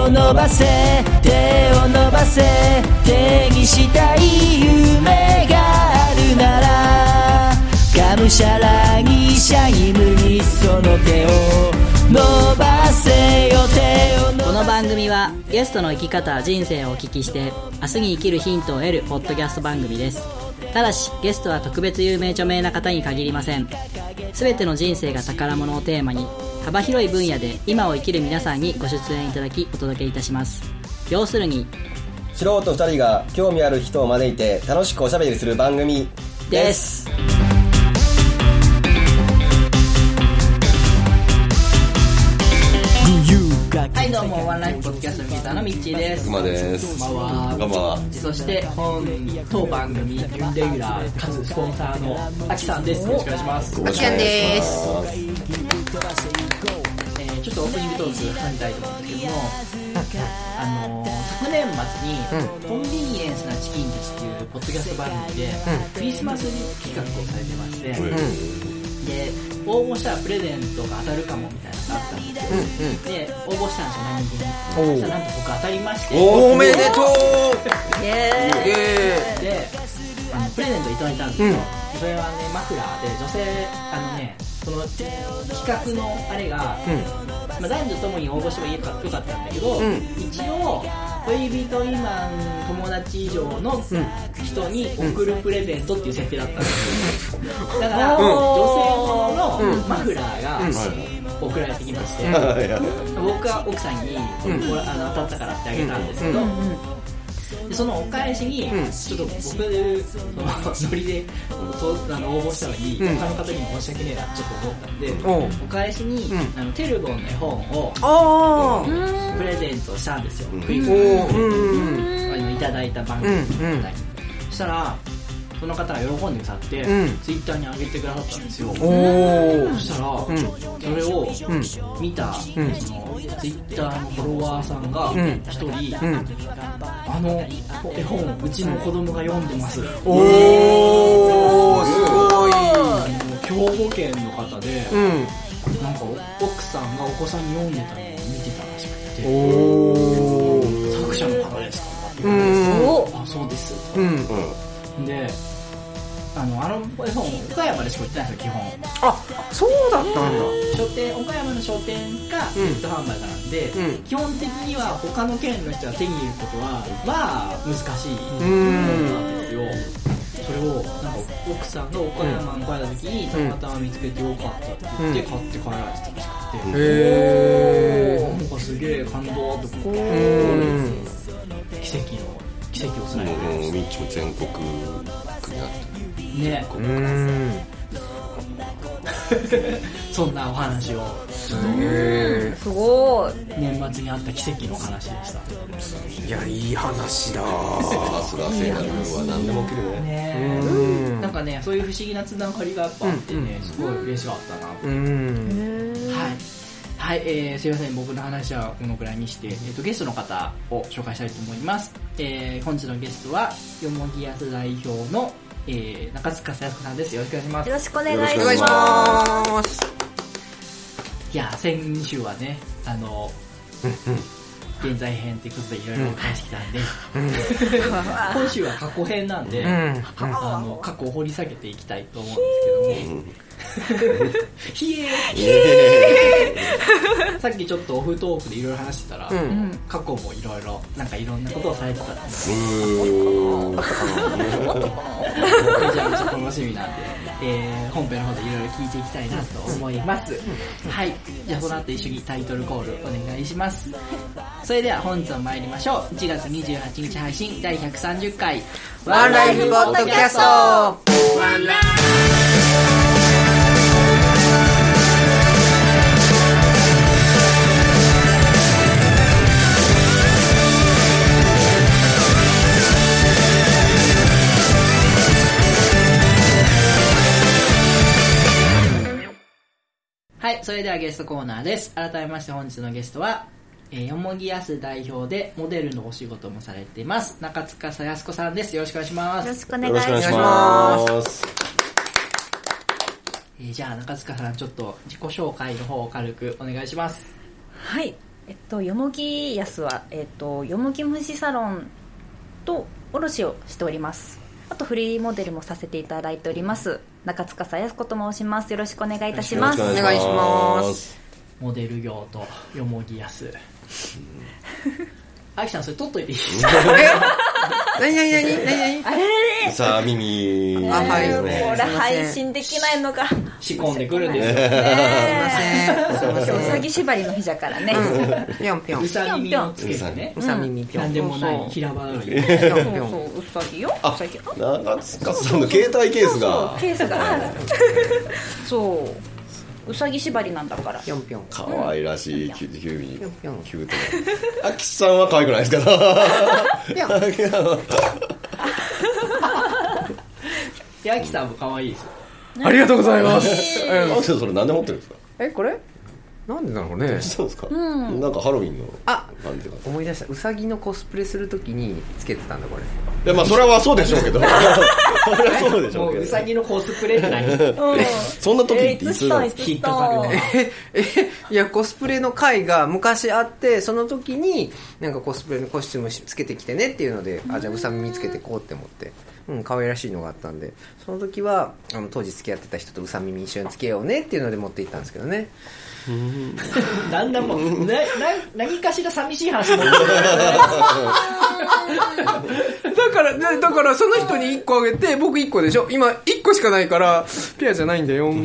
伸ばせ手を伸ばせ手にしたい夢があるならがむしゃらにシャイムにその手を伸ばせよ手を伸ばせ。この番組はゲストの生き方人生をお聞きして明日に生きるヒントを得るポッドキャスト番組です。ただしゲストは特別有名著名な方に限りません。すべての人生が宝物をテーマに幅広い分野で今を生きる皆さんにご出演いただきお届けいたします。要するに素人2人が興味ある人を招いて楽しくおしゃべりする番組です。 はいどうもワンライフポッドキャストミーターのミッチーです。 くまです。 こんばんは。 そして当番組レギュラーかつスポンサーのあきさんです。よろしくお願いします。 あきちゃんです。 ちょっとオープニングトーク話したいと思うんですけども、昨年末にコンビニエンスなチキンたちっていうポッドキャスト番組でクリスマス企画をされてまして、で応募したらプレゼントが当たるかもみたいなのがあったんですよ。で応募したんですよ、何気に。そしたらなんと僕当たりまして、 おめでとう。 でプレゼントいただいたんですよ。それはねマフラーで女性その企画のあれが、男女ともに応募してもよかったんだけど、一応恋人未満友達以上の人に送るプレゼントっていう設定だったんですよ。だから女性のマフラーが送られてきまして、僕は奥さんに当たったからってあげたんですけど、でそのお返しに、ちょっと僕ノリで応募したのに、他の方にも申し訳ねえなちょっと思ったんで、お返しに、テルボンの絵本をプレゼントしたんですよ。クリスマスにいただいた番組の方に。そしたらその方が喜んでくださって、ツイッターに上げてくださったんですよ。そしたら、それを見た、そのツイッターのフォロワーさんが一人、あの絵本うちの子供が読んでます。 おー、すごい。 兵庫県の方で、なんか奥さんがお子さんに読んでたのを見てたらしくて、作者の方ですかって言われて、あ、そうです。で、あの絵本岡山でしか売ってないんですよ、基本。 あ、そうだったんだ。 岡山の書店かネット販売かなんで、基本的には他の県の人が手に入れることはまあ難しいものなんですよ。それをなんか奥さんが岡山に帰った時にたまたま見つけてよかったって言って買って帰られてたらしくて、なんかすげえ感動とか、奇跡をつないでる。 ミッチも全国区にあったね。そんなお話をすごい。 年末にあった奇跡の話でした。 いや、いい話だ。 さすが聖なるものは何でも起きるね。 なんかね、そういう不思議なつながりがやっぱあってね、すごい嬉しかったな。はい、すいません、僕の話はこのくらいにして、ゲストの方を紹介したいと思います。本日のゲストはよもぎやす代表の中塚さやすこさんです。よろしくお願いします。 よろしくお願いします。 いや、先週はね、現在編ということでいろいろ話してきたんで、今週は過去編なんで、過去を掘り下げていきたいと思うんですけども、さっきちょっとオフトークでいろいろ話してたら、過去もいろいろなんかいろんなことをされてたんで、じゃあちょっと楽しみなんで、本編の方でいろいろ聞いていきたいなと思います。はい、じゃあその後一緒にタイトルコールお願いします。それでは本日も参りましょう。1月28日配信第130回ワンライフポッドキャスト。ワンライフはい、それではゲストコーナーです。改めまして本日のゲストは、よもぎやす代表でモデルのお仕事もされています中塚さやすこさんです。よろしくお願いします。 よろしくお願いします。 じゃあ中塚さん、ちょっと自己紹介の方を軽くお願いします。 はい、 よもぎやすは、よもぎ虫サロンと卸をしております。あとフリーモデルもさせていただいております中塚さやす子と申します。よろしくお願いいたします。 お願いします。 モデル業とよもぎやすあきさんそれ取っといていいですか？ 何あれうさ耳あ、はい。 これ配信できないのが仕込んでくるんですよすいません。 うさぎ縛りの日じゃからね、 ぴょんぴょん。 うさ耳をつけてね、 うさ耳ぴょん。 なんでもない平場なのにぴょんぴょん。 そううさぎようさぎ。 長塚さんの携帯ケースがそうケースがそううさぎ縛りなんだから。 ぴょんぴょん。 可愛らしいキューぴょんぴょん。 キュートなあきさんは可愛くないですけどぴょん。 あきさんも可愛いですよ。 ありがとうございます。 あそれなんで持ってるんですか？ これなんでだろうね。 そうですか、なんかハロウィンの感じが。 思い出した。うさぎのコスプレするときにつけてたんだこれ。 いやまあそれはそうでしょうけどそれはそうでしょうけどもううさぎのコスプレって何そんな時っていつなんですか？ 引っかかるね。 いやコスプレの会が昔あって、その時になんかコスプレのコスチュームつけてきてねっていうので、じゃあうさ耳つけてこうって思って、可愛らしいのがあったんで、その時は当時付き合ってた人とうさ耳一緒につけようねっていうので持って行ったんですけどね。 だんだんもう何かしら寂しい話もだからその人に1個あげて僕1個でしょ。今1個しかないからペアじゃないんだよ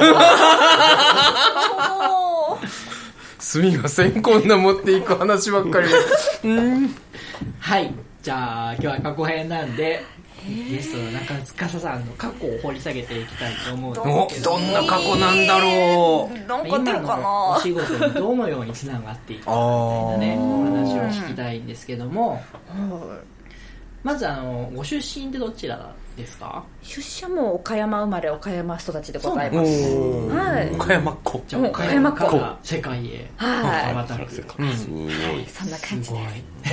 すみません、こんな持っていく話ばっかりはい、じゃあ今日は過去編なんでゲストの中塚さんの過去を掘り下げていきたいと思うんですけど、 どんな過去なんだろう。 なんか出るか今のな。 お仕事にどのようにつながっていくかみたいなねお話を聞きたいんですけども、まずご出身ってどちらですか？ 出社も岡山生まれ岡山育ちでございます。はい。 岡山っ子。 じゃあ岡山から世界へ渡る。 すごいそんな感じすごい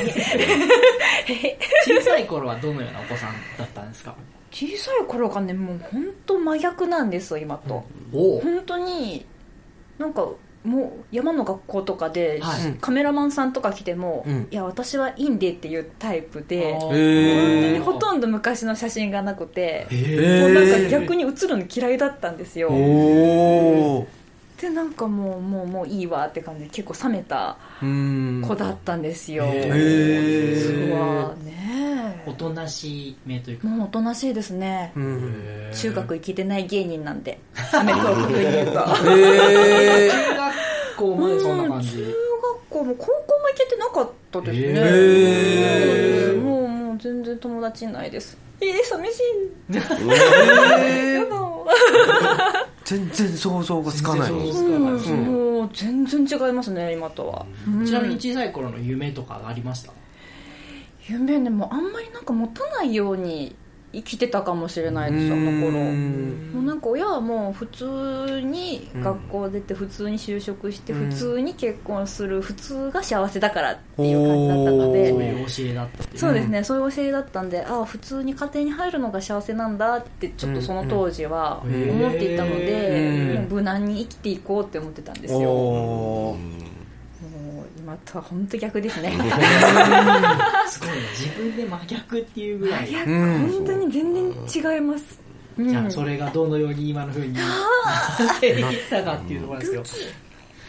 です小さい頃はどのようなお子さんだったんですか？ 小さい頃がねもう本当真逆なんですよ今と。 お本当になんかもう山の学校とかで、 はい、 カメラマンさんとか来ても、いや私はいいんでっていうタイプで、本当にほとんど昔の写真がなくて、もうなんか逆に写るの嫌いだったんですよ。でなんかもういいわって感じで結構冷めた子だったんですよ。そうはね、 おとなしい目というかもうおとなしいですね。中学行けてない芸人なんでアメリカを国に言うと中学校までそんな感じ。 中学校も高校も行けてなかったですね。もう全然友達いないです。寂しい。やだ全然想像がつかない。 もう全然違いますね今とは。 ちなみに小さい頃の夢とかありました？ 夢ね、もうあんまりなんか持たないように生きてたかもしれないです。あの頃もうなんか親はもう普通に学校出て普通に就職して普通に結婚する普通が幸せだからっていう感じだったので、 そういう教えだったっていう。 そうですね、そういう教えだったんで、普通に家庭に入るのが幸せなんだってちょっとその当時は思っていたので、もう無難に生きていこうって思ってたんですよ。もう今とは本当逆ですね。 すごいね、自分で真逆っていうぐらい。 本当に全然違います。 じゃあそれがどのように今の風になっていったかっていうところなんですけど、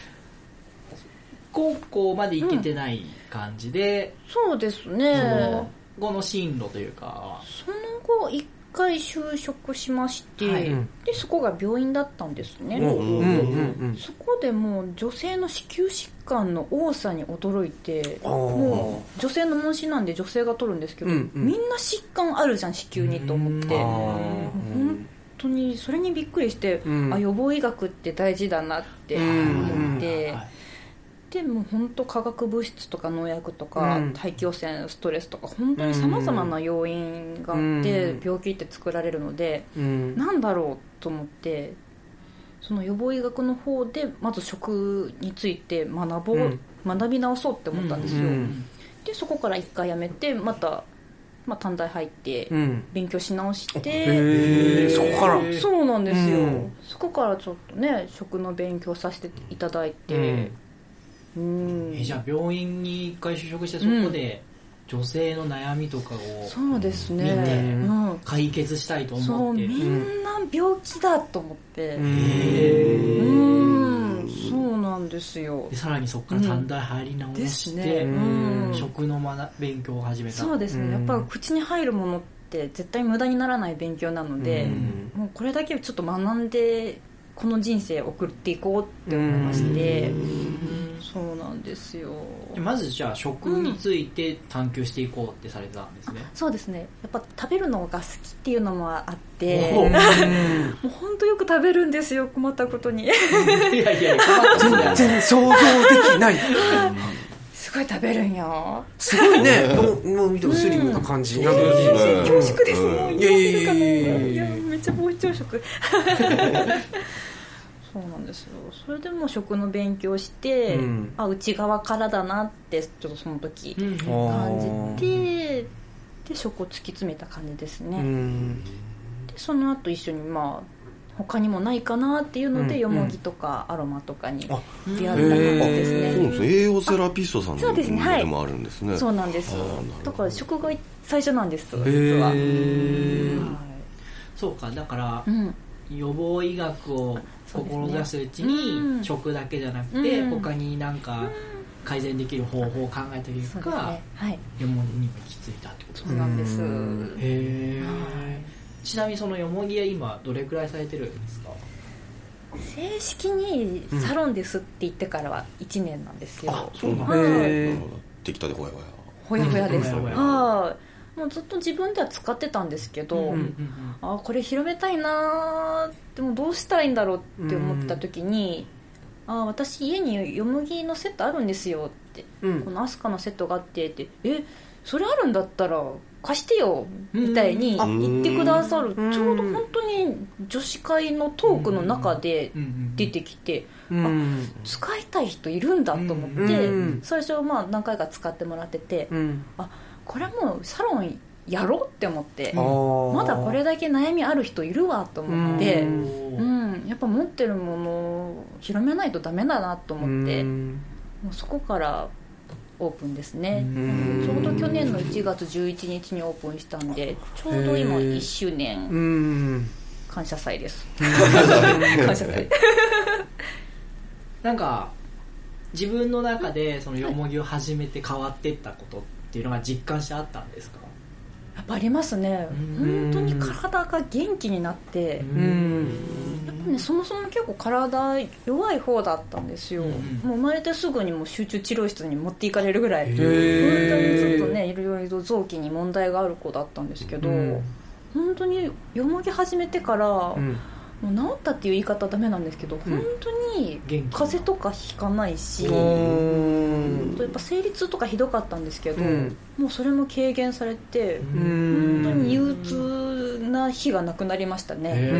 高校まで行けてない感じで、 そうですね、 その後の進路というか、 その後一回就職しまして、でそこが病院だったんですね。そこでもう女性の子宮疾患の多さに驚いて、もう女性の問診なんで女性が取るんですけど、みんな疾患あるじゃん子宮にと思って、本当にそれにびっくりして、予防医学って大事だなって思って、でも本当化学物質とか農薬とか、大気汚染、ストレスとか本当にさまざまな要因があって病気って作られるので、なんだろうと思って、その予防医学の方でまず食について学び直そうって思ったんですよ。でそこから一回やめてまた、短大入って勉強し直して、 そこからそうなんですよ、そこからちょっとね食の勉強させていただいて、 じゃあ病院に一回就職してそこで女性の悩みとかをそうですね、 見て解決したいと思って、 そうみんな病気だと思って、そうなんですよ。 でさらにそこから短大入り直して、食の勉強を始めた。 そうですね、やっぱり口に入るものって絶対無駄にならない勉強なので、もうこれだけちょっと学んでこの人生を送っていこうって思いまして、そうなんですよ。 まずじゃあ食について探求していこうってされたんですね。 そうですね、やっぱ食べるのが好きっていうのもあってもう本当よく食べるんですよ、困ったことに。いや全然想像できない。 すごい食べるんよ。 すごいね。もう見てもスリムな感じ。 恐縮です。もういやめっちゃ膨張食。そうなんですよ。それでも食の勉強して、内側からだなってちょっとその時感じて、で食を突き詰めた感じですね。でその後一緒に他にもないかなっていうので、よもぎとかアロマとかに出会った感じですね。 そうですね。栄養セラピストさんのでもあるんですね。 そうなんです。だから食が最初なんです、実は。 そうか、だから、予防医学を志すうちに食だけじゃなくて、他になんか改善できる方法を考えた結果、よもぎにも行き着いたってことですね。 そうなんです。 ちなみにそのよもぎは今どれくらいされてるんですか？ 正式にサロンですって言ってからは1年なんですよ。 あ、そうなんですね。できたでほやほや。 ほやほやです。もうずっと自分では使ってたんですけど、これ広めたいな、でもどうしたらいいんだろうって思った時に、私家によもぎのセットあるんですよって、このアスカのセットがあってって、それあるんだったら貸してよみたいに言ってくださる、ちょうど本当に女子会のトークの中で出てきて、使いたい人いるんだと思って、最初何回か使ってもらってて、これもうサロンやろうって思って、まだこれだけ悩みある人いるわと思って、やっぱ持ってるものを広めないとダメだなと思って、もうそこからオープンですね。ちょうど去年の1月11日にオープンしたんで、ちょうど今1周年感謝祭です。感謝祭。 なんか自分の中でそのよもぎを始めて変わっていったことっていうのが実感してあったんですか？ やっぱありますね。本当に体が元気になって、やっぱね、そもそも結構体弱い方だったんですよ。もう生まれてすぐにもう集中治療室に持っていかれるぐらい、本当にずっとね、いろいろ臓器に問題がある子だったんですけど、本当によもぎ始めてから、もう治ったっていう言い方はダメなんですけど、本当に風邪とかひかないし、やっぱ生理痛とかひどかったんですけど、もうそれも軽減されて、本当に憂鬱な日がなくなりましたね。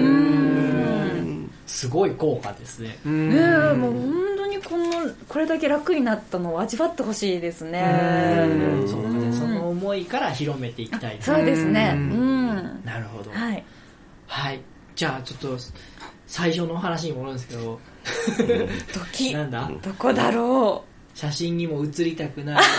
すごい効果ですね。 もう本当にこれだけ楽になったのを味わってほしいですね。 そうかね、その思いから広めていきたい。 そうですね。 なるほど。 はい。 じゃあちょっと最初の話に戻るんですけど、 時なんだ、 どこだろう、写真にも写りたくない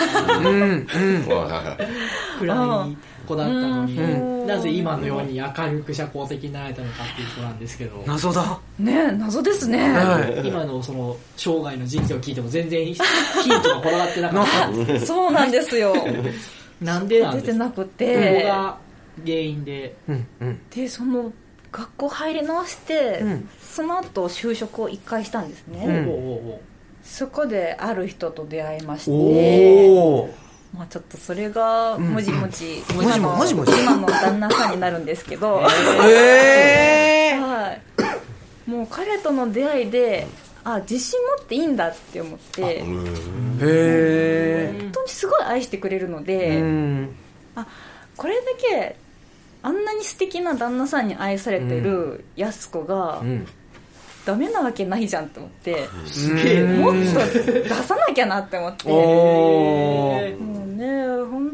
暗い子だったのに、なぜ今のように明るく社交的になられたのかっていうことなんですけど、 謎だね。謎ですね。 今のその生涯の人生を聞いても全然ヒントが転がってなかった。 そうなんですよ。 なんでなんですか？ 出てなくて、 ここが原因で、 でその学校入り直して、その後就職を1回したんですね。そこである人と出会いまして、ちょっとそれがもじもじ今の旦那さんになるんですけど、もう彼との出会いで、自信持っていいんだって思って、本当にすごい愛してくれるので、これだけあんなに素敵な旦那さんに愛されてる安子が、ダメなわけないじゃんと思って、もっと出さなきゃなって思って、もうね、本当に安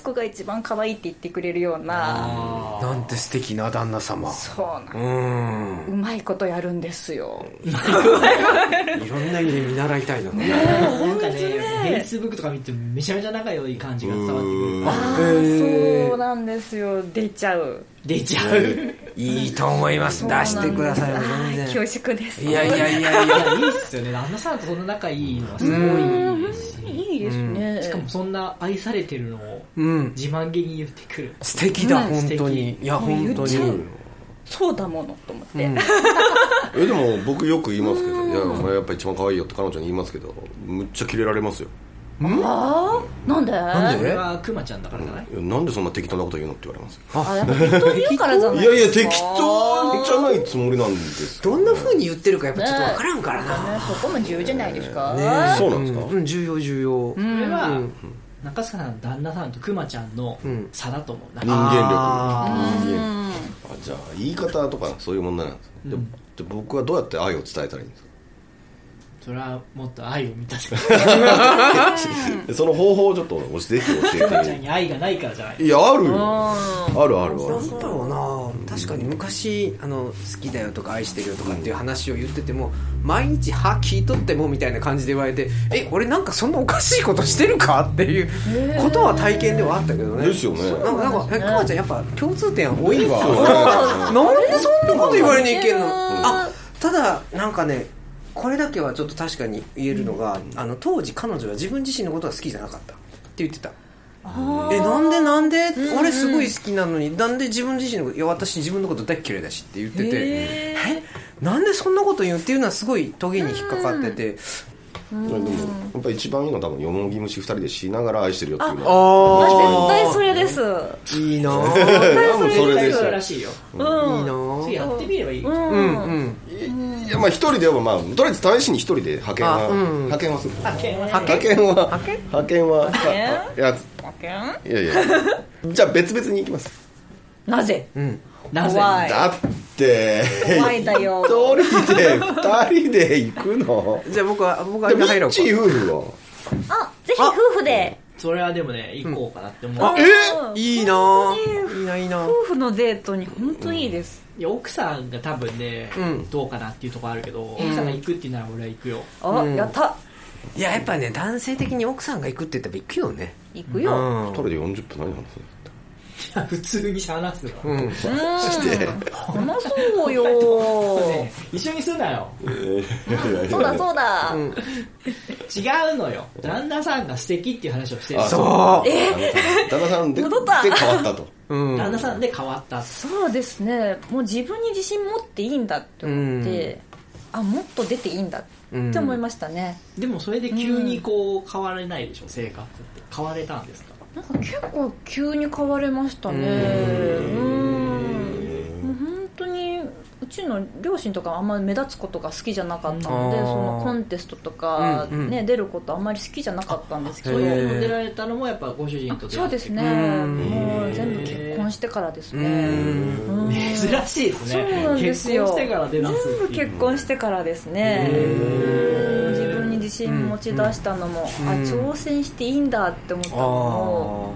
息子が一番可愛いって言ってくれるような。 なんて素敵な旦那様。 そうなんうまいことやるんですよ。 いろんな意味で見習いたいな。 なんかね、Facebook とか見てめちゃめちゃ仲良い感じが伝わってくる。そうなんですよ。出ちゃう。 いいと思います。出してください。全然恐縮です。 いやいやいやいや、いいっすよね。旦那さんとそんな仲いいのはすごいいいですね。 しかもそんな愛されてるのを自慢げに言ってくる。 素敵だ、本当に。いや、本当に。 そうだものと思って。 でも僕よく言いますけど、いや、お前やっぱ一番可愛いよって彼女に言いますけど、むっちゃキレられますよ。 なんで？ それはクマちゃんだからじゃない？ なんでそんな適当なこと言うのって言われますよ。 やっぱ適当に言うからじゃない？ いやいや、適当じゃないつもりなんですけど。 どんな風に言ってるかやっぱちょっと分からんからな。 そこも重要じゃないですか。 そうなんですか？ 重要重要。 それは中塚さんの旦那さんとクマちゃんの差だと思う。 人間力。じゃあ言い方とかそういう問題なんですね。で僕はどうやって愛を伝えたらいいんですか？ それはもっと愛を満たせその方法をちょっとぜひ教えて。 クマちゃんに愛がないからじゃない？ いや、あるよ。ある。 なんだろうな。確かに昔好きだよとか愛してるよとかっていう話を言ってても、毎日歯聞いとってもみたいな感じで言われて、俺なんかそんなおかしいことしてるかっていうことは体験ではあったけどね。 ですよね。 なんかクマちゃんやっぱ共通点多いわ。なんでそんなこと言われにいけんの？ただなんかね、これだけはちょっと確かに言えるのが、当時彼女は自分自身のことが好きじゃなかったって言ってた。なんで俺すごい好きなのになんで自分自身のこと、いや私自分のこと大嫌いだしって言ってて、なんでそんなこと言うっていうのはすごいトゲに引っかかってて、 でもやっぱり一番いいのは多分よもぎ虫2人でしながら愛してるよっていうのは絶対それです。 いいなぁ。 それですらしいよ。 いいなぁ。 やってみればいい。 いや、まあ一人ではとりあえず試しに一人で派遣はする。派遣はいやじゃあ別々に行きます。 なぜ？ なぜ？ だって怖いだよ。 二人で行くの？ じゃあ僕は入ろうか。 ミッチー夫婦は？ ぜひ夫婦で。 それはでもね、行こうかなって思う。 いいなぁ。いいな。 夫婦のデートに本当いいです。 いや、奥さんが多分ね、どうかなっていうところあるけど、奥さんが行くっていうなら俺は行くよ。 やった。 いや、やっぱね、男性的に奥さんが行くって言ったら行くよね。 行くよ。 2人で40分何話す？ 普通に話すわ。 話そうよ。 一緒にすんなよ。 そうだ。 違うのよ。旦那さんが素敵っていう話をしてる。 そう。 旦那さんで変わったと。 旦那さんで変わった。 そうですね。もう自分に自信持っていいんだって思って、もっと出ていいんだって思いましたね。 でもそれで急にこう変われないでしょ、生活って。変われたんですか？ なんか結構急に変われましたね。もう本当にうちの両親とかあんまり目立つことが好きじゃなかったので、そのコンテストとかね、出ることあんまり好きじゃなかったんですけど、 そういうの出られたのもやっぱご主人と出会って。 そうですね。もう全部結婚してからですね。 珍しいですね。 そうなんですよ。 結婚してから出だす。 全部結婚してからですね。自分に自信持ち出したのも、挑戦していいんだって思ったのも、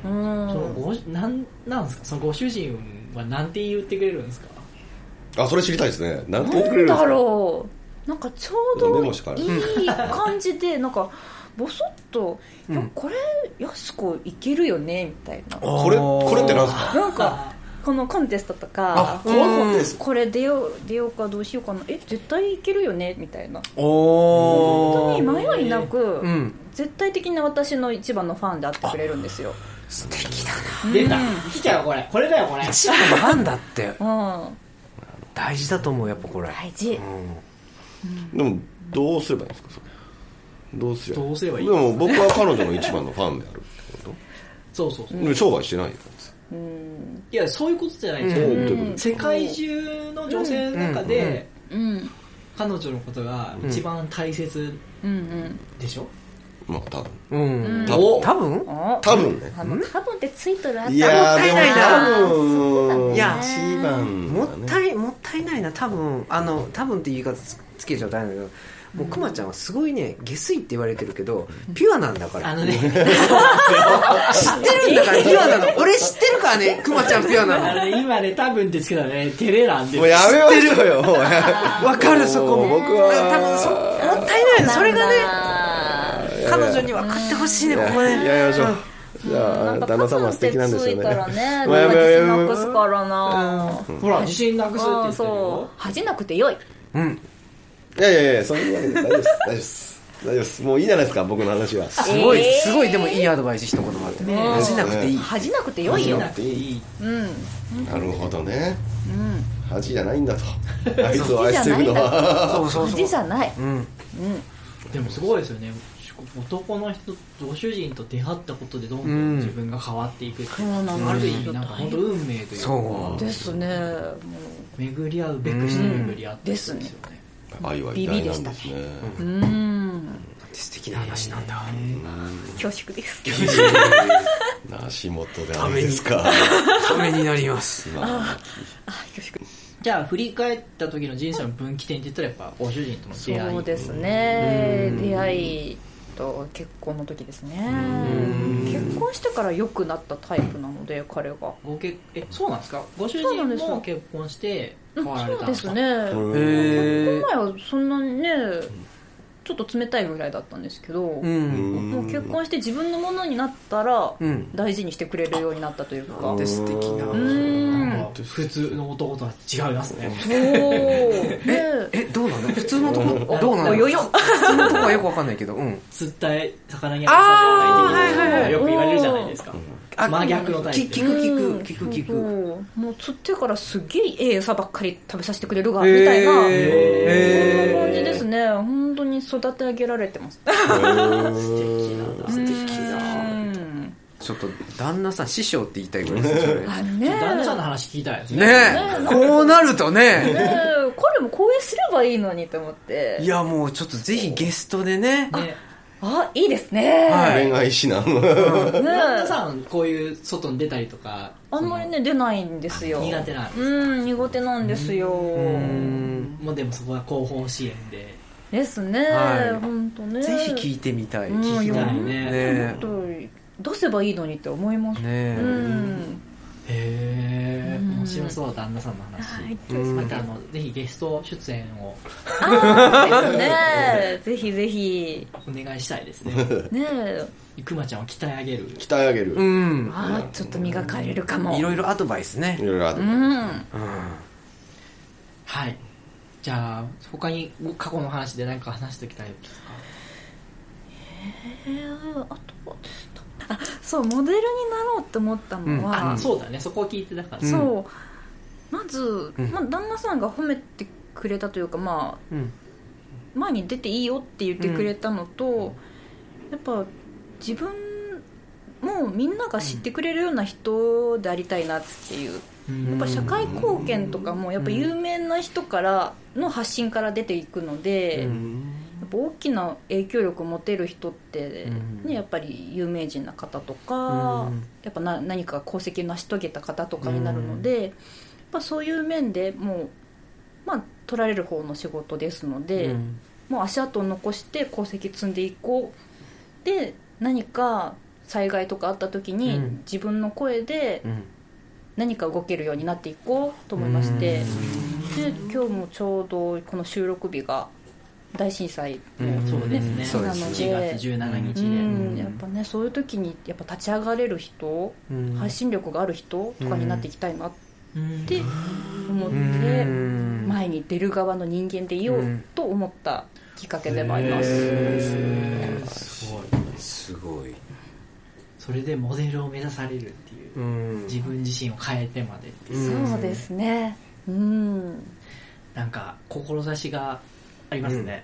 なんですか、そのご主人はなんて言ってくれるんですか？ それ知りたいですね。なんて言ってくれるんですか？ なんだろう。なんかちょうどいい感じで、なんかボソッと、いやこれやす子いけるよねみたいな。 これってなんですか？ なんかこのコンテストとか、これ出ようかどうしようかな、絶対いけるよねみたいな。本当に迷いなく、絶対的な私の一番のファンであってくれるんですよ。 素敵だな。 出た。来たよこれだよこれ。 一番のファンだって。大事だと思う、やっぱこれ。 大事。 でもどうすればいいんですか？それどうすればいい？ でも僕は彼女の一番のファンであるってこと？ そう商売してないんです。 いや、そういうことじゃないですよ。世界中の女性の中で彼女のことが一番大切でしょ？ まあ多分。 多分ね。 多分ってついとるあった。 いやでも多分。 いや一番もったいないな。多分って言い方つけちゃうと大変だけど、 もうくまちゃんはすごいね下水って言われてるけどピュアなんだからあのね知ってるんだからピュアなの俺知ってるからねくまちゃんピュアなの今ね多分ですけどね照れなんですもうやめましょうよもうわかるそこも僕は多分もったいないそれがね彼女に分かってほしいねここねやめましょうじゃあ旦那様は素敵なんですよねからね、 もうやめ自信なくすからな、 ほら自信なくすって言ってるそよう恥じなくてよい。 うんいやそういうわけで大丈夫です大丈夫ですもういいじゃないですか僕の話はすごいでもいいアドバイス一言もあってね恥じなくていい恥じなくてよいよ。 なくていい。 なるほどね恥じゃないんだとあいつを愛してるのはそう恥じゃない。 でもすごいですよね。男の人ご主人と出会ったことでどんどん自分が変わっていくっていう、ある意味なんか本当運命というかですね。 巡り合うべくして巡り合ってですよね。 愛は偉大なんですね素敵な話なんだ恐縮です。 足元であれですかためになります恐縮。 じゃあ振り返った時の人生の分岐点って言ったらやっぱご主人との出会い。 そうですね。出会いと結婚の時ですね。結婚してから良くなったタイプなので彼が。 そうなんですか。ご主人も結婚して変わられたんですか。 そうですね。結婚前はそんなにねちょっと冷たいぐらいだったんですけど、もう結婚して自分のものになったら大事にしてくれるようになったというか。 素敵な普通の男とは違いますね。 どうなの普通のとこどうなのよよ普通のとこはよくわかんないけど釣った魚にあげさせないよく言われるじゃないですか。真逆のタイプ。 聞くもう釣ってからすげえ餌ばっかり食べさせてくれるがみたいなそんな感じですね。本当に育て上げられてます。素敵だ。 ちょっと旦那さん師匠って言いたいぐらいですよね。 旦那さんの話聞きたいですね。 こうなるとね彼もこうすればいいのにと思って。 いやもうちょっとぜひゲストでねいいですね。 恋愛指南旦那さんこういう外に出たりとかあんまりね出ないんですよ。 苦手なんですか。 苦手なんですよ。 もうでもそこは後方支援でですね。本当ね。 ぜひ聞いてみたい。 聞きたいね。 出せばいいのにって思います。 へえ、面白そう。旦那さんの話。またぜひゲスト出演を。 ですね。ぜひぜひお願いしたいですね。くまちゃんを鍛え上げる。 ちょっと磨かれるかも。 いろいろアドバイスね。 はい。じゃあ他に過去の話で何か話しておきたいですか。 あとはそうモデルになろうって思ったのは、 そうだね、そこを聞いてたから。 そうまず、旦那さんが褒めてくれたというか、前に出ていいよって言ってくれたのと、やっぱ自分もみんなが知ってくれるような人でありたいなっていう、やっぱ社会貢献とかもやっぱ有名な人からの発信から出ていくので、やっぱ大きな影響力を持てる人って、やっぱり有名人な方とか、やっぱ何か功績を成し遂げた方とかになるので、やっぱそういう面でもう、取られる方の仕事ですので、もう足跡を残して功績積んでいこう。で何か災害とかあった時に、自分の声で何か動けるようになっていこうと思いまして、で今日もちょうどこの収録日が大震災の、 そうですね。 なので 1月17日で、 やっぱねそういう時にやっぱ立ち上がれる人、発信力がある人とかになっていきたいなって思って、前に出る側の人間でいようと思ったきっかけでもあります。 すごい。 それでモデルを目指されるっていう、自分自身を変えてまでっていう。 そうですね。 なんか志がありますね。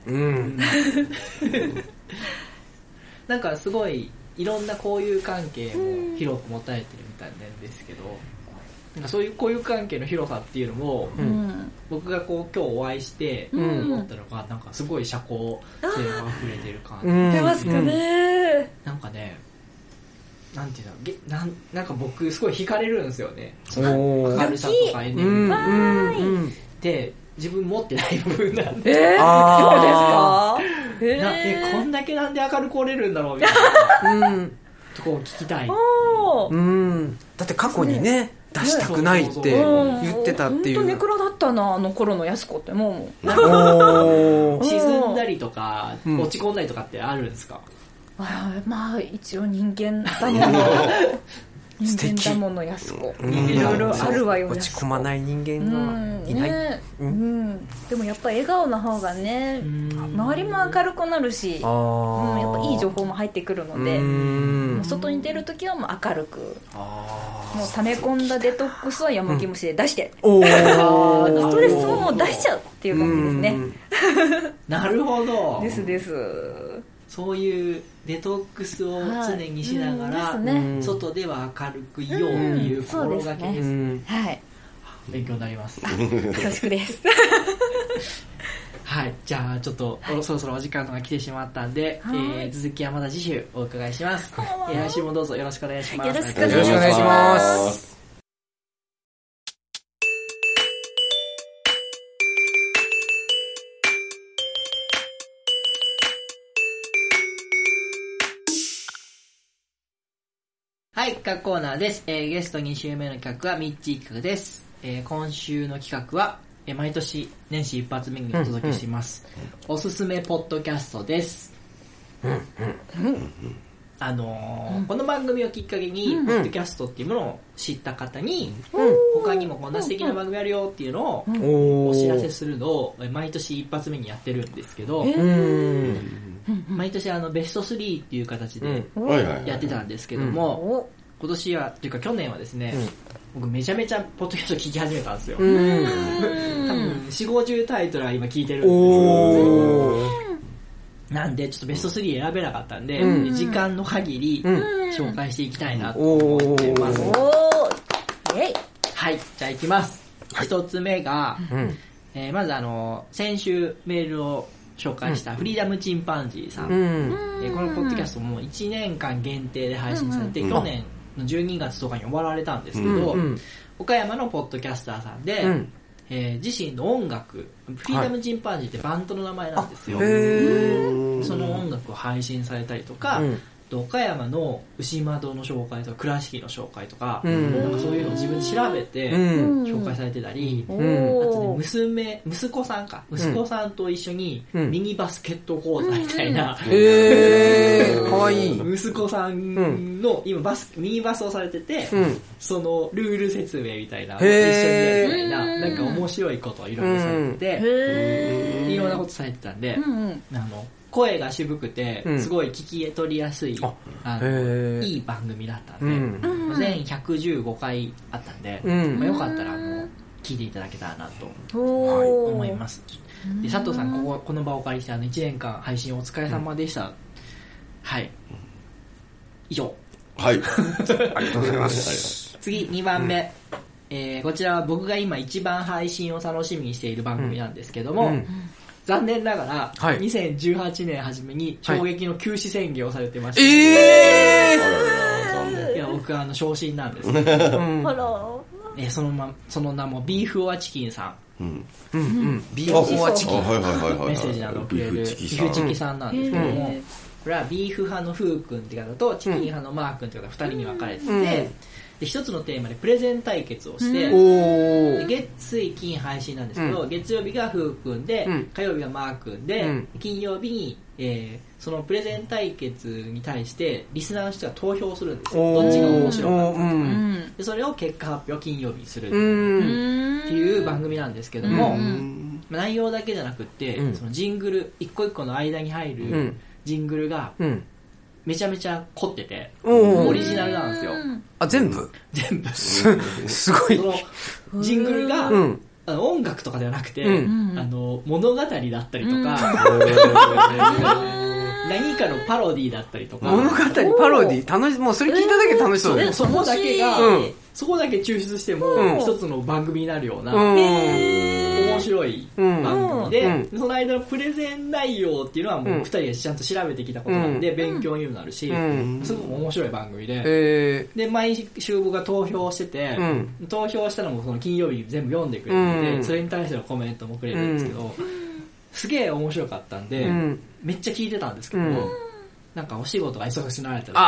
なんかすごいいろんな交友関係も広く持たれてるみたいなんですけど、なんかそういう交友関係の広さっていうのも、僕がこう今日お会いして思ったのが、なんかすごい社交性が溢れてる感じ。 出ますかね。 なんかね、なんていうの、なんか僕すごい惹かれるんですよね。明るさとかエネルギーで、 自分持ってない部分なんで、 そうですか？ こんだけなんで明るく折れるんだろうみたいなとこを聞きたい。 だって過去にね出したくないって言ってたっていう。 本当ネクラだったな、あの頃のやす子って。もう沈んだりとか落ち込んだりとかってあるんですか？ まあ一応人間だもの人間だものやす子、いろいろあるわよ。 落ち込まない人間はいない、 でもやっぱ笑顔の方がね、周りも明るくなるし、やっぱいい情報も入ってくるので、もう外に出るときはもう明るく、もう溜め込んだデトックスはヤモキムシで出して、ストレスももう出しちゃうっていう感じですね。 なるほど。 ですそういうデトックスを常にしながら、外では明るくいようっていう心がけです。 はい。 勉強になります。 恐縮です。 はい。じゃあちょっとそろそろお時間が来てしまったんで、続きはまた次週お伺いします。来週もどうぞよろしくお願いします。 よろしくお願いします。 はい、企画コーナーです。ゲスト2週目の企画はミッチー企画です。今週の企画は、毎年年始一発目にお届けします。おすすめポッドキャストです。この番組をきっかけに、ポッドキャストっていうものを知った方に、他にもこんな素敵な番組あるよっていうのをお知らせするのを毎年一発目にやってるんですけど、毎年ベスト3っていう形でやってたんですけども、今年はというか去年はですね、僕めちゃめちゃポッドキャスト聞き始めたんですよ。多分4、50タイトルは今聞いてるんですよ。なんでちょっとベスト3選べなかったんで、時間の限り紹介していきたいなと思ってます。はい、じゃあいきます。一つ目が、まず先週メールを紹介したフリーダムチンパンジーさん、このポッドキャストも1年間限定で配信されて、去年の12月とかに終わられたんですけど、岡山のポッドキャスターさんで、自身の音楽、フリーダムチンパンジーってバンドの名前なんですよ。その音楽を配信されたりとか、岡山の牛窓の紹介とか倉敷の紹介とか、なんかそういうのを自分で調べて紹介されてたり、あとね息子さんと一緒にミニバスケット講座みたいな、 かわいい息子さんの今ミニバスをされてて、そのルール説明みたいな、一緒にやるみたいな、なんか面白いことをいろいろされてて、いろんなことされてたんで、声が渋くてすごい聞き取りやすい、いい番組だったんで、全115回あったんで、よかったら聞いていただけたらなと思います。で、佐藤さん、この場をお借りして1年間配信お疲れ様でした。はい、以上。 はい、ありがとうございます。 次2番目、こちらは僕が今一番配信を楽しみにしている番組なんですけども、残念ながら、2018年初めに衝撃の休止宣言をされてました。いや、僕は昇進なんですけど、その名もビーフオアチキンさん。 ビーフオアチキン。 メッセージなどをくれるビーフチキさんなんですけども、これはビーフ派のフー君って方とチキン派のマー君って方が2人に分かれてて、で一つのテーマでプレゼン対決をして、月水金配信なんですけど、月曜日がフー君で、火曜日がマー君で、金曜日に、そのプレゼン対決に対してリスナーの人が投票するんですよ。どっちが面白かったか、でそれを結果発表を金曜日にするっていう番組なんですけども、内容だけじゃなくって、そのジングル一個一個の間に入るジングルがめちゃめちゃ凝ってて、オリジナルなんですよ。 全部すごい。 そのジングルが、音楽とかではなくて、物語だったりとか、何かのパロディだったりとか。 物語、パロディ、もうそれ聞いただけ楽しそうだよ。 そこだけが、そこだけ抽出しても、一つの番組になるような、面白い番組で、その間のプレゼン内容っていうのはもう2人がちゃんと調べてきたことなんで、勉強にもなるし、すごく面白い番組で、で、毎週僕が投票してて、投票したのもその金曜日に全部読んでくれるので、それに対してのコメントもくれるんですけど、すげえ面白かったんで、めっちゃ聞いてたんですけど、なんかお仕事が忙しくなられた時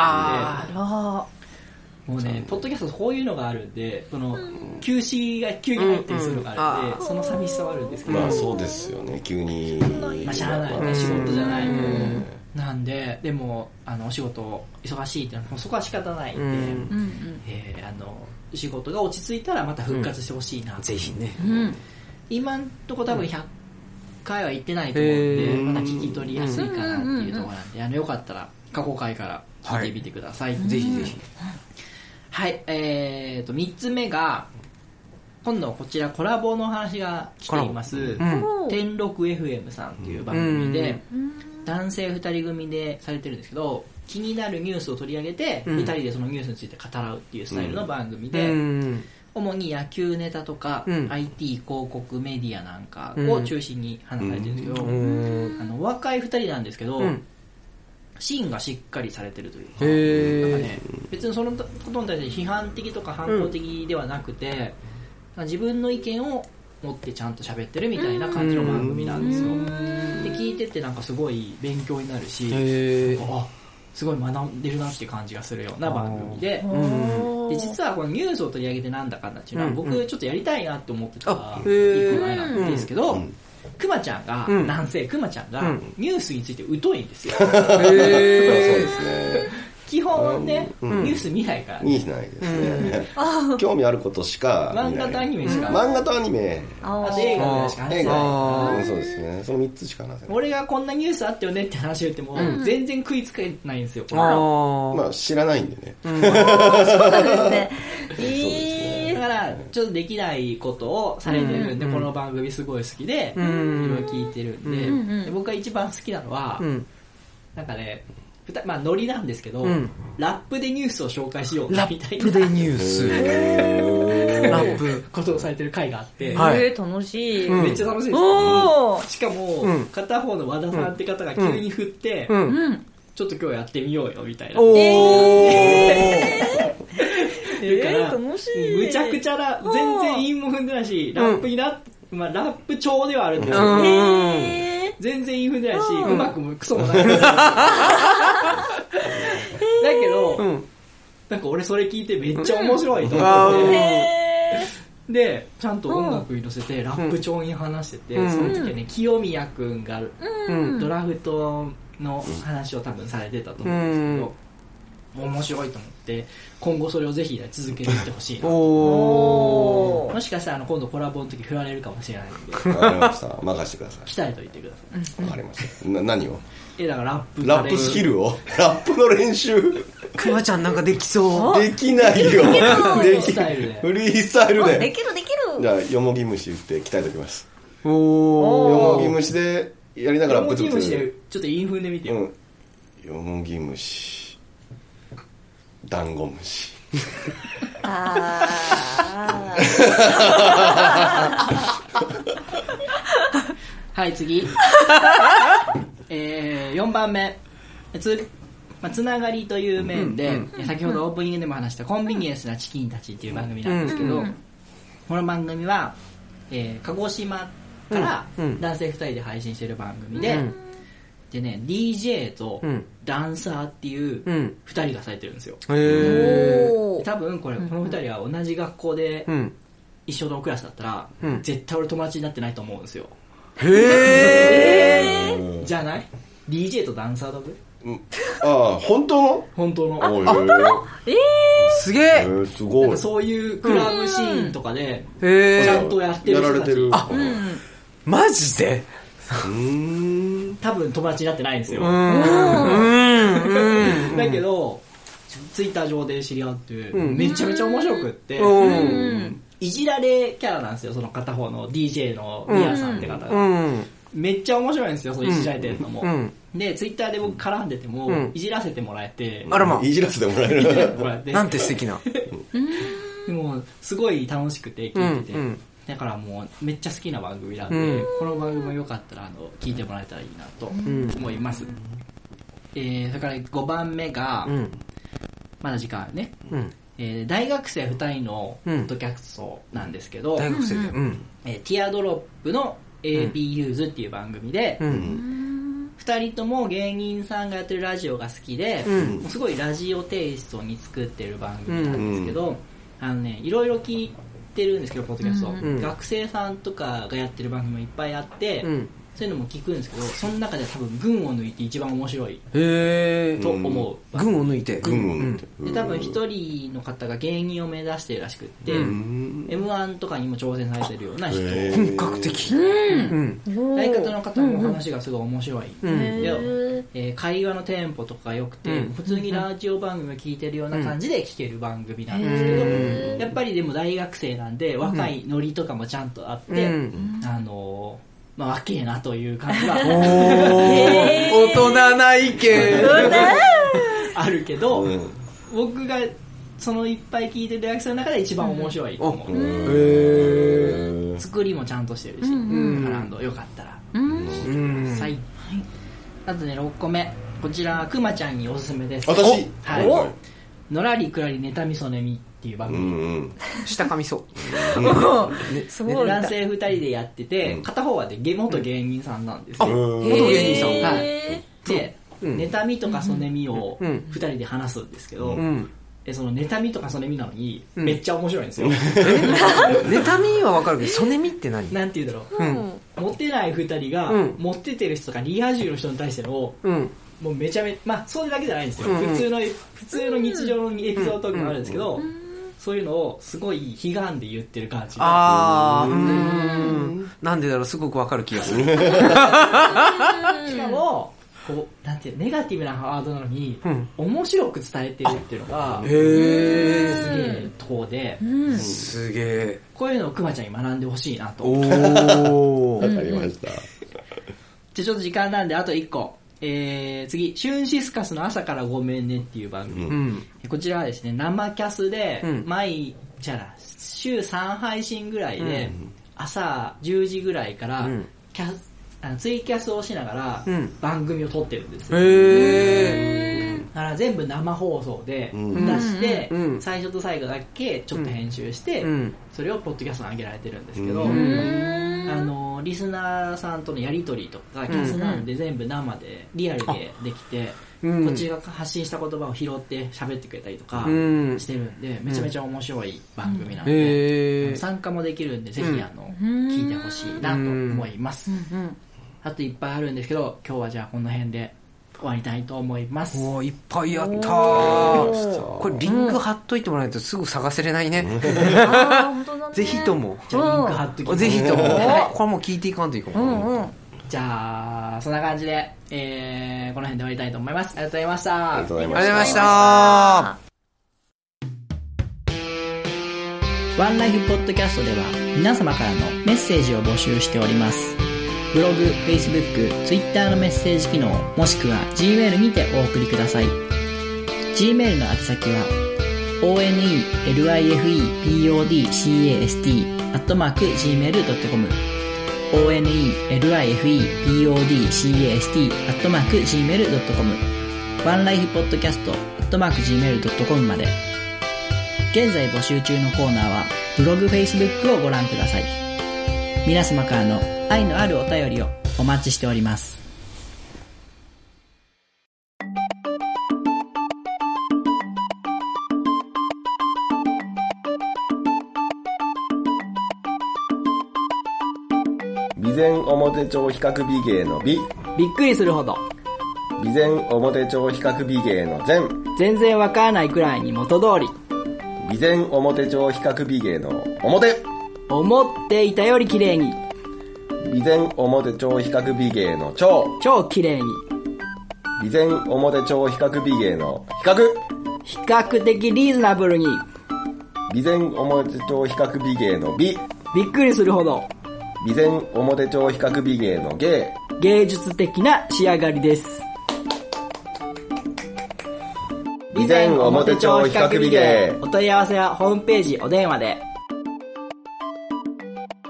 で、もうね、ポッドキャストこういうのがあるんで、その休止が急に入ったりするのがあるんで、その寂しさはあるんですけど、 まあそうですよね、急に。 まあしゃあないね、仕事じゃないのなんで、でもお仕事忙しいってのはそこは仕方ないんで、仕事が落ち着いたらまた復活してほしいな、 ぜひね。 今んとこ多分100回は行ってないと思うんで、まだ聞き取りやすいかなっていうところなんで、よかったら過去回から聞いてみてください。 ぜひぜひ。 はい、3つ目が、今度こちらコラボの話が来ています、天禄 FM さんっていう番組で、男性2人組でされてるんですけど、気になるニュースを取り上げて、2人でそのニュースについて語らうっていうスタイルの番組で、主に野球ネタとか、IT 広告メディアなんかを中心に話されてるんですけど、若い2人なんですけど、シーンがしっかりされてるというか、なんかね、別にそのことに対して批判的とか反抗的ではなくて、自分の意見を持ってちゃんと喋ってるみたいな感じの番組なんですよ。で、聞いててなんかすごい勉強になるし、すごい学んでるなっていう感じがするような番組で、で実はこのニュースを取り上げてなんだかんだっていうのは、僕ちょっとやりたいなって思ってた一個前なんですけど、くまちゃんが、男性くまちゃんがニュースについて疎いんですよ。そうですね。 基本ね、ニュース見ないからね。 見ないですね。興味あることしか漫画とアニメしか。 漫画とアニメ。 あと映画ぐらいしか話せない。 そうですね。その3つしか話せない。 俺がこんなニュースあったよねって話を言っても、全然食いつけないんですよ。 まあ知らないんでね。 そうなんですね。 だからちょっとできないことをされてるんで、この番組すごい好きでいろいろ聞いてるんで、僕が一番好きなのは、なんかね、まあノリなんですけど、ラップでニュースを紹介しようみたいな。ラップでニュースラップことをされてる回があって、 楽しい。 めっちゃ楽しいです。しかも、片方の和田さんって方が急に振って、ちょっと今日やってみようよみたいな。 楽しい。 むちゃくちゃな、全然韻も踏んでないし、ラップにまあラップ調ではあるんですけど、全然韻踏んでないし、うまくもクソもない。だけど、なんか俺それ聞いてめっちゃ面白いと思って、で、ちゃんと音楽に乗せてラップ調に話してて、その時はね、清宮くんがドラフトの話を多分されてたと思うんですけど、面白いと思って今後それをぜひ続けていってほしいな。もしかしたら今度コラボの時振られるかもしれないんで。 わかりました。任せてください。 鍛えといてください。 わかりました。何を？ だからラップスキルを？ラップの練習？ くまちゃんなんかできそう。 できないよ。 フリースタイルで。 フリースタイルで。 できるできる。 じゃあよもぎ虫打って鍛えておきます。よもぎ虫でやりながらブツブツ。 よもぎ虫でちょっと韻踏んでみてよ。 よもぎ虫。ダンゴムシ。 はい、次。4番目。つながりという面で、先ほどオープニングでも話したコンビニエンスなチキンたちっていう番組なんですけど、この番組は、鹿児島から男性2人で配信してる番組で、でね、DJ とダンサーっていう2人がされてるんですよ。多分この2人は同じ学校で一緒のクラスだったら、絶対俺友達になってないと思うんですよ。じゃない？ DJ とダンサーだぜ。 本当の？ 本当の。 すげえ。 すごい。 なんかそういうクラブシーンとかでちゃんとやってる人たち。やられてる。 マジで？ 多分友達になってないんですよ。だけどツイッター上で知り合ってめちゃめちゃ面白くって、いじられキャラなんですよ。その片方の DJ のミヤさんって方がめっちゃ面白いんですよ。そのいじられてるのも。でツイッターで僕絡んでてもいじらせてもらえて、 あらま、 いじらせてもらえる。 なんて素敵な。 でもすごい楽しくて聞いてて、 だからもうめっちゃ好きな番組なんで、この番組もよかったら聞いてもらえたらいいなと思います。それから5番目が、まだ時間あるね。大学生2人のポッドキャストなんですけど、 大学生で、 ティアドロップの AB ユーズっていう番組で、2人とも芸人さんがやってるラジオが好きで、すごいラジオテイストに作ってる番組なんですけど、いろいろ聞いてるんですけど、ポッドキャスト、学生さんとかがやってる番組もいっぱいあって、そういうのも聞くんですけど、その中で多分群を抜いて一番面白いと思う。 群を抜いて、 で多分一人の方が芸人を目指してるらしくって、M1 とかにも挑戦されてるような人。 本格的。 相方の方も話がすごい面白い。会話のテンポとか良くて、普通にラジオ番組を聞いてるような感じで聞ける番組なんですけど、やっぱりでも大学生なんで若いノリとかもちゃんとあって、まあ、若えなという感じが大人な意見あるけど、僕がそのいっぱい聞いてる大学生の中で一番面白いと思う。作りもちゃんとしてるし、よかったらあとね、6個目、こちらくまちゃんにおすすめです。 私、 のらりくらりネタみそねみっていう番組、 下噛みそう男性2人でやってて、片方は元芸人さんなんですよ。 元芸人さん、 で、妬みとかそねみを2人で話すんですけど、その妬みとかそねみなのにめっちゃ面白いんですよ。 妬みはわかるけど、そねみって何？ なんて言うんだろう、モテない2人がモテてる人とかリア充の人に対してのもうめちゃめちゃ、まあそれだけじゃないんですよ、普通の日常のエピソードトークもあるんですけど、そういうのをすごい悲願で言ってる感じ。 なんでだろう、すごくわかる気がする。しかもこうなんていうネガティブなワードなのに、面白く伝えてるっていうのがすげえとこで、 すげえ、 こういうのをくまちゃんに学んでほしいなと。 わかりました。 じゃあちょっと時間なんであと1個。次、シュンシスカスの朝からごめんねっていう番組、こちらはですね、生キャスで、週3配信ぐらいで、朝10時ぐらいから、ツイキャスをしながら番組を撮ってるんですよ。だから全部生放送で出して、最初と最後だけちょっと編集して、それをポッドキャストに上げられてるんですけど、リスナーさんとのやり取りとかキャスなんで全部生でリアルでできて、こっちが発信した言葉を拾って喋ってくれたりとかしてるんで、めちゃめちゃ面白い番組なんで、参加もできるんでぜひ聞いてほしいなと思います。あといっぱいあるんですけど、今日はじゃあこの辺で終わりたいと思います。 いっぱいやったー。これリンク貼っといてもらえないとすぐ探せれないね。ぜひとも。 じゃあリンク貼っときます。 ぜひとも。これも聞いていかんといいかも。 じゃあそんな感じで、この辺で終わりたいと思います。ありがとうございました。 ありがとうございました。 ワンライフポッドキャストでは皆様からのメッセージを募集しております。ブログ、Facebook、Twitter のメッセージ機能、もしくは Gmail にてお送りください。Gmail の宛先は onelifepodcast@gmail.com onelifepodcast@gmail.com ワンライフポッドキャスト @gmail.com まで。現在募集中のコーナーはブログ、Facebook をご覧ください。皆様からの愛のあるお便りをお待ちしております。 備前表町比較美芸の美、 びっくりするほど備前表町比較美芸の前、 全然わからないくらいに元通り、 備前表町比較美芸の表、 思っていたより綺麗に、 備前表町比較美芸の超、 超綺麗に、 備前表町比較美芸の比較、 比較的リーズナブルに、 備前表町比較美芸の美、 びっくりするほど備前表町比較美芸の芸、 芸術的な仕上がりです。 備前表町比較美芸、 お問い合わせはホームページ、お電話で。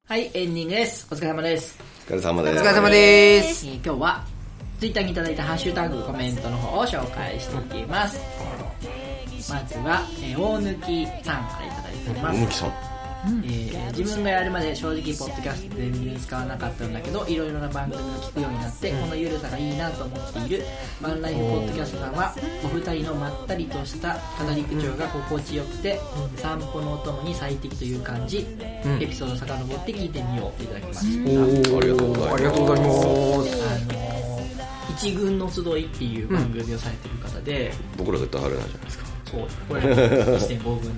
はい、エンディングです。お疲れ様です。 お疲れ様です。 お疲れ様です。 今日はツイッターにいただいたハッシュタグコメントの方を紹介していきます。まずは、大貫さんからいただいております。 大貫さん。 自分がやるまで正直ポッドキャスト全然使わなかったんだけど、いろいろな番組を聞くようになってこのゆるさがいいなと思っているワンライフポッドキャストさんは、お二人のまったりとした語り口調が心地よくて、散歩のお供に最適という感じ、エピソード遡って聞いてみようといただきました。 ありがとうございます。 ありがとうございます。 一軍の集いっていう番組をされてる方で、 僕ら絶対入れないじゃないですか。 そう、これ 1.5 分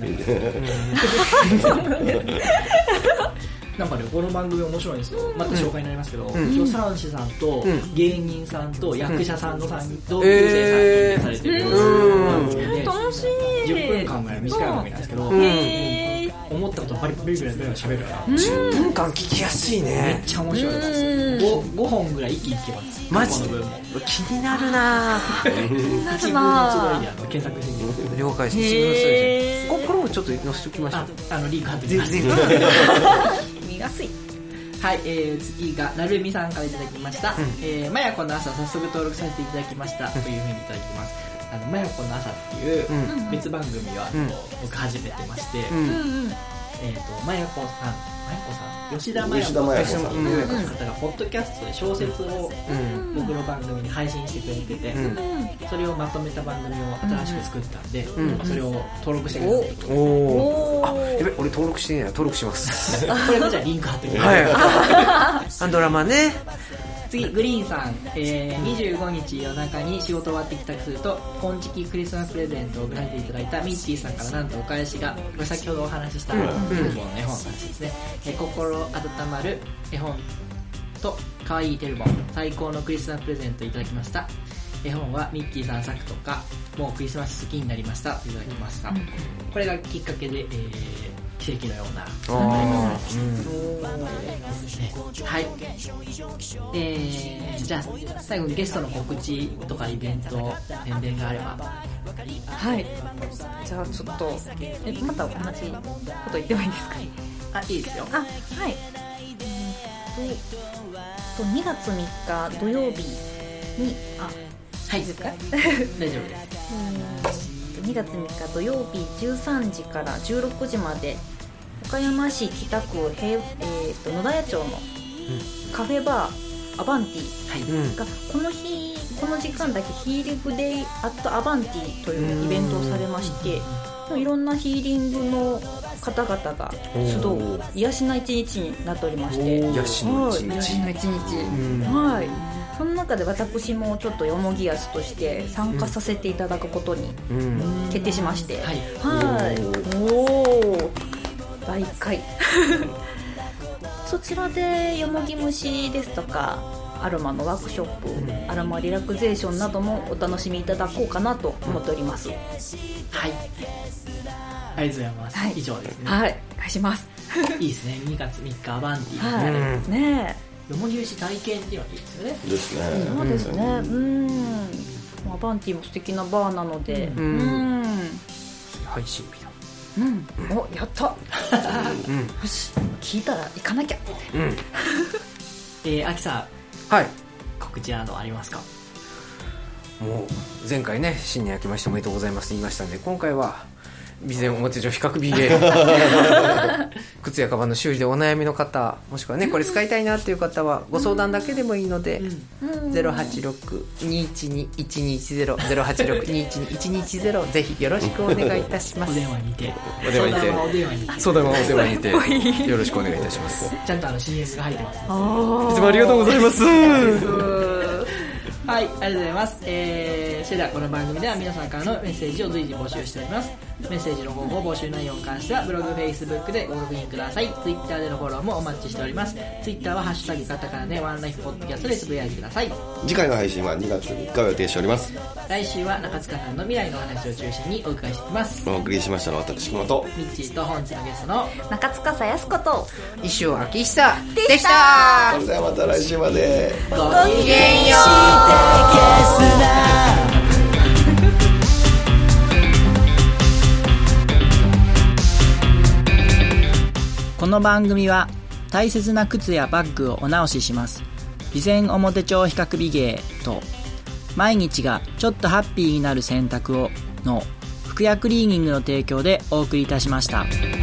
なんかね、この番組面白いんですよ。また紹介になりますけど、助産師さんと芸人さんと役者さんの同級生さんにされてる番組で、 楽しい。 10分間ぐらい短い番組なんですけど、思ったことをバリバリ喋るから、 10分間聞きやすいね。 めっちゃ面白いです。5本ぐらい一気に聞けます。 マジで気になるなぁ。一軍の集いで検索してみて了解してください。これもちょっと載せておきましょう。 リンク貼ってみます。 見やすい。 はい、次がなるみさんからいただきました。まやこの朝早速登録させていただきましたというふうにいただきます。まやこの朝っていう別番組は僕始めてまして、まやこさん吉田麻也子さんという方がポッドキャストで小説を僕の番組に配信してくれてて、それをまとめた番組を新しく作ったんで、それを登録してくれたということで、 やべ、俺登録してないな。登録します。 これもじゃあリンク貼ってください。 アンドラマね。 次、グリーンさん、25日夜中に仕事終わって帰宅すると、今時期クリスマスプレゼントを送らせていただいたミッチーさんからなんとお返しが、これ先ほどお話ししたテルボの絵本の話ですね。心温まる絵本と可愛いテルボン、最高のクリスマスプレゼントいただきました。絵本はミッチーさん作とか、もうクリスマス好きになりましたといただきました。これがきっかけで、奇跡のようなはい。じゃあ最後にゲストの告知とかイベント宣伝があれば。 はい。じゃあちょっとまた同じこと言ってもいいですかね。 あ、いいですよ。 あ、はい。2月3日土曜日にはい。大丈夫です。 2月3日土曜日13時から16時まで岡山市北区野田屋町のカフェバーアバンティがこの時間だけヒーリングデイアットアバンティというイベントをされまして、いろんなヒーリングの方々が集う癒しな一日になっておりまして、 癒しの一日、 はい。その中で私もちょっとよもぎやすとして参加させていただくことに決定しまして、はい。おー、大会そちらでよもぎ蒸しですとかアロマのワークショップ、アロマリラクゼーションなどもお楽しみいただこうかなと思っております。はい、 ありがとうございます。以上ですね。 はい、お願いします。 いいですね。2月3日アバンティーねよもぎ蒸し体験っていうのはいいですよね。 ですね。 そうですね。アバンティも素敵なバーなので、 配信日だ。 お、やった。よし、聞いたら行かなきゃ。 アキさん、 はい。 告知などありますか？ もう前回ね、新年明けましておめでとうございますと言いましたんで、今回は備前表上比較美で靴やカバンの修理でお悩みの方、もしくはねこれ使いたいなっていう方はご相談だけでもいいので、086-212-1210 086-212-1210ぜひよろしくお願いいたします。 お電話にて相談はお電話にてよろしくお願いいたします。 ちゃんとCM が入ってます。いつもありがとうございます。 はい、ありがとうございます。それではこの番組では皆さんからのメッセージを随時募集しております。メッセージの方法、募集内容に関してはブログ、Facebook でご確認ください。Twitter でのフォローもお待ちしております。Twitter はハッシュタグカタカナでワンライフポッドキャストでつぶやいてください。 次回の配信は2月3日を予定しております。 来週は中塚さんの未来の話を中心にお伺いしていきます。 お送りしましたのは私熊とミッチーと本日のゲストの中塚さやすこと石尾明久でした。 それではまた来週までごきげんよう。この番組は大切な靴やバッグをお直しします。備前表帳比較美芸と毎日がちょっとハッピーになる選択をの服屋クリーニングの提供でお送りいたしました。